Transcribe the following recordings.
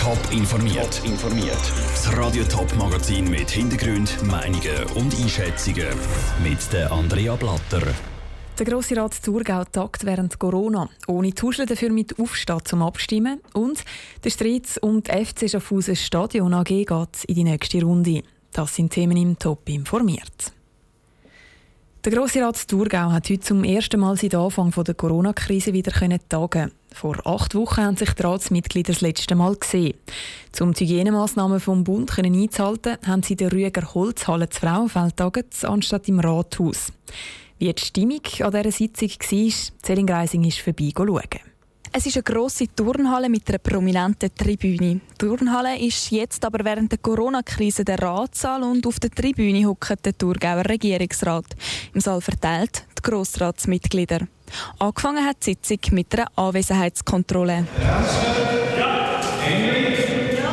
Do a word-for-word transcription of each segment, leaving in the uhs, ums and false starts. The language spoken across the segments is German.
Top informiert. Top informiert. Das Radio Top Magazin mit Hintergrund, Meinungen und Einschätzungen mit der Andrea Blatter. Der Grosse Rat Thurgau tagt während Corona. Ohne Tuscheln dafür mit Aufstehen zum Abstimmen. Und der Streit um die F C Schaffhausen Stadion A G geht in die nächste Runde. Das sind Themen im Top informiert. Der Grosse Rat Thurgau hat heute zum ersten Mal seit Anfang der Corona-Krise wieder tagen. Vor acht Wochen haben sich die Ratsmitglieder das letzte Mal gesehen. Um die Hygienemaßnahmen vom Bund einzuhalten, haben sie in der Rüeger Holzhalle zu Frauenfeld taget, anstatt im Rathaus. Wie die Stimmung an dieser Sitzung war, Céline Greising ist vorbei schauen. Es ist eine grosse Turnhalle mit einer prominenten Tribüne. Die Turnhalle ist jetzt aber während der Corona-Krise der Ratssaal und auf der Tribüne hockt der Thurgauer Regierungsrat. Im Saal verteilt die Grossratsmitglieder. Angefangen hat die Sitzung mit einer Anwesenheitskontrolle. Ja, Henry. Ja.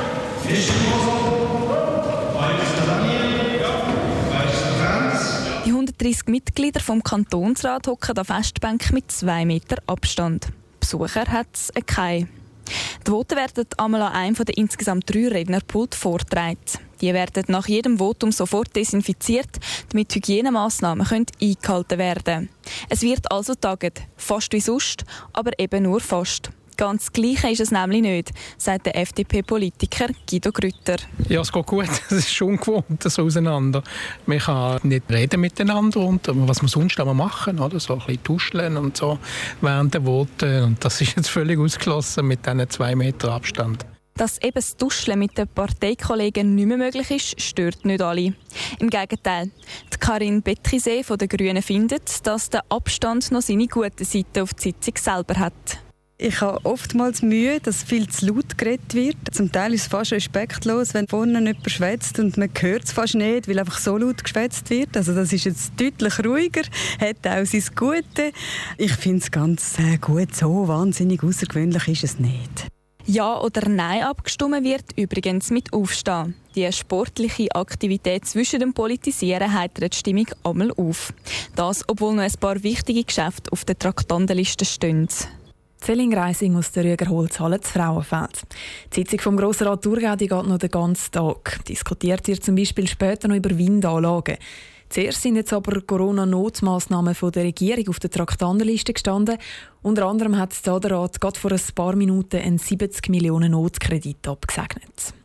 Die hundertdreissig Mitglieder vom Kantonsrat hocken an Festbänken mit zwei Meter Abstand. Besucher hat es keine. Die Voten werden einmal an einem der insgesamt drei Rednerpult vorgetragen. Die werden nach jedem Votum sofort desinfiziert, damit Hygienemaßnahmen eingehalten werden können. Es wird also taget, fast wie sonst, aber eben nur fast. Ganz das Gleiche ist es nämlich nicht, sagt der F D P-Politiker Guido Grütter. Ja, es geht gut. Es ist schon gewohnt, so auseinander. Man kann nicht reden miteinander und was man sonst aber machen, oder? So ein bisschen tuscheln und so während der Voten. Und das ist jetzt völlig ausgeschlossen mit diesen zwei Meter Abstand. Dass eben das Tuscheln mit den Parteikollegen nicht mehr möglich ist, stört nicht alle. Im Gegenteil. Die Karin Betrisee von den Grünen findet, dass der Abstand noch seine guten Seiten auf die Sitzung selber hat. Ich habe oftmals Mühe, dass viel zu laut geredet wird. Zum Teil ist es fast respektlos, wenn vorne jemand schwätzt und man hört es fast nicht, weil einfach so laut geschwätzt wird. Also das ist jetzt deutlich ruhiger, hat auch sein Gute. Ich finde es ganz äh, gut, so wahnsinnig außergewöhnlich ist es nicht. Ja oder Nein abgestimmt wird übrigens mit Aufstehen. Die sportliche Aktivität zwischen dem Politisieren heitert die Stimmung einmal auf. Das, obwohl noch ein paar wichtige Geschäfte auf der Traktandenliste stehen. Céline Greising aus der Rüeger Holzhalle zu Frauenfeld. Die Sitzung vom Grossrat Thurgau geht noch den ganzen Tag. Diskutiert wird zum Beispiel später noch über Windanlagen. Zuerst sind jetzt aber Corona-Notmaßnahmen von der Regierung auf der Traktandenliste gestanden. Unter anderem hat der Rat gerade vor ein paar Minuten einen siebzig Millionen Notkredit abgesegnet.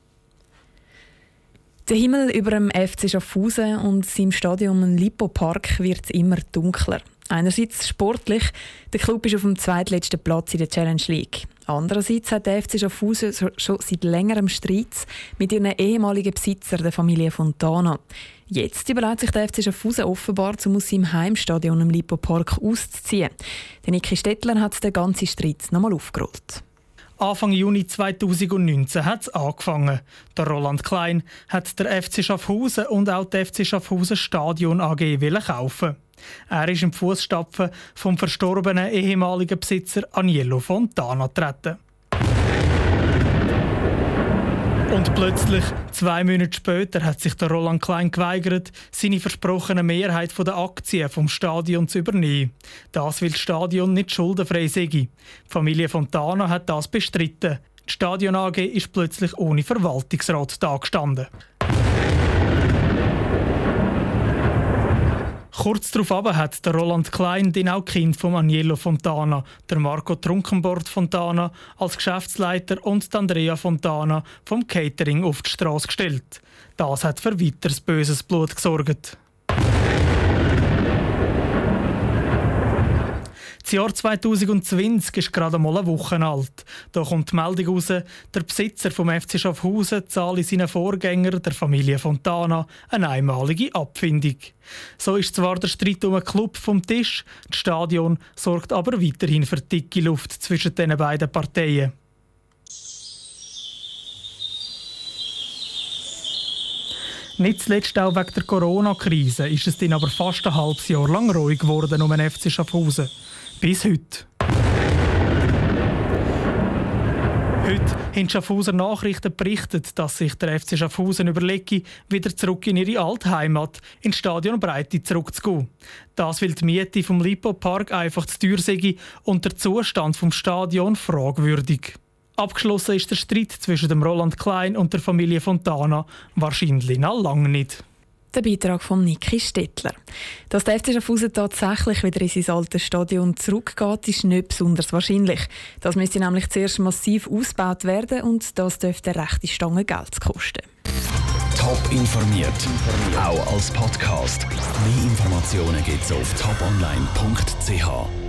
Der Himmel über dem F C Schaffhausen und seinem Stadion im Lipo-Park wird immer dunkler. Einerseits sportlich, der Klub ist auf dem zweitletzten Platz in der Challenge League. Andererseits hat der F C Schaffhausen schon seit längerem Streit mit ihren ehemaligen Besitzer, der Familie Fontana. Jetzt überlegt sich der F C Schaffhausen offenbar, um aus seinem Heimstadion im Lipo-Park auszuziehen. Der Niki Stettler hat den ganzen Streit nochmal aufgerollt. Anfang Juni zweitausendneunzehn hat es angefangen. Der Roland Klein hat der F C Schaffhausen und auch die F C Schaffhausen Stadion A G kaufen. Er ist im Fußstapfen vom verstorbenen ehemaligen Besitzer Agnello Fontana getreten. Und plötzlich, zwei Monate später, hat sich der Roland Klein geweigert, seine versprochene Mehrheit der Aktien vom Stadion zu übernehmen. Das, weil das Stadion nicht schuldenfrei sei. Die Familie Fontana hat das bestritten. Die Stadion A G ist plötzlich ohne Verwaltungsrat dagestanden. Kurz darauf hat der Roland Klein, den auch Kind von Agnello Fontana, der Marco Trunkenbord Fontana als Geschäftsleiter und Andrea Fontana vom Catering auf die Straße gestellt. Das hat für weiteres böses Blut gesorgt. Das Jahr zweitausendzwanzig ist gerade einmal eine Woche alt. Da kommt die Meldung raus, der Besitzer vom F C Schaffhausen zahle seinen Vorgänger, der Familie Fontana, eine einmalige Abfindung. So ist zwar der Streit um den Club vom Tisch, das Stadion sorgt aber weiterhin für dicke Luft zwischen den beiden Parteien. Nicht zuletzt auch wegen der Corona-Krise ist es dann aber fast ein halbes Jahr lang ruhig geworden um den F C Schaffhausen. Bis heute. Heute haben die Schaffhauser Nachrichten berichtet, dass sich der F C Schaffhausen überlege, wieder zurück in ihre alte Heimat, ins Stadion Breite zurückzugehen. Das, weil die Miete vom Lipo-Park einfach zu teuer sei und der Zustand vom Stadion fragwürdig. Abgeschlossen ist der Streit zwischen dem Roland Klein und der Familie Fontana wahrscheinlich noch lange nicht. Der Beitrag von Niki Stettler. Dass der F C Schaffhausen tatsächlich wieder in sein altes Stadion zurückgeht, ist nicht besonders wahrscheinlich. Das müsste nämlich zuerst massiv ausgebaut werden und das dürfte eine rechte Stange Geld kosten. Top informiert, auch als Podcast. Mehr Informationen gibt es auf top online punkt c h.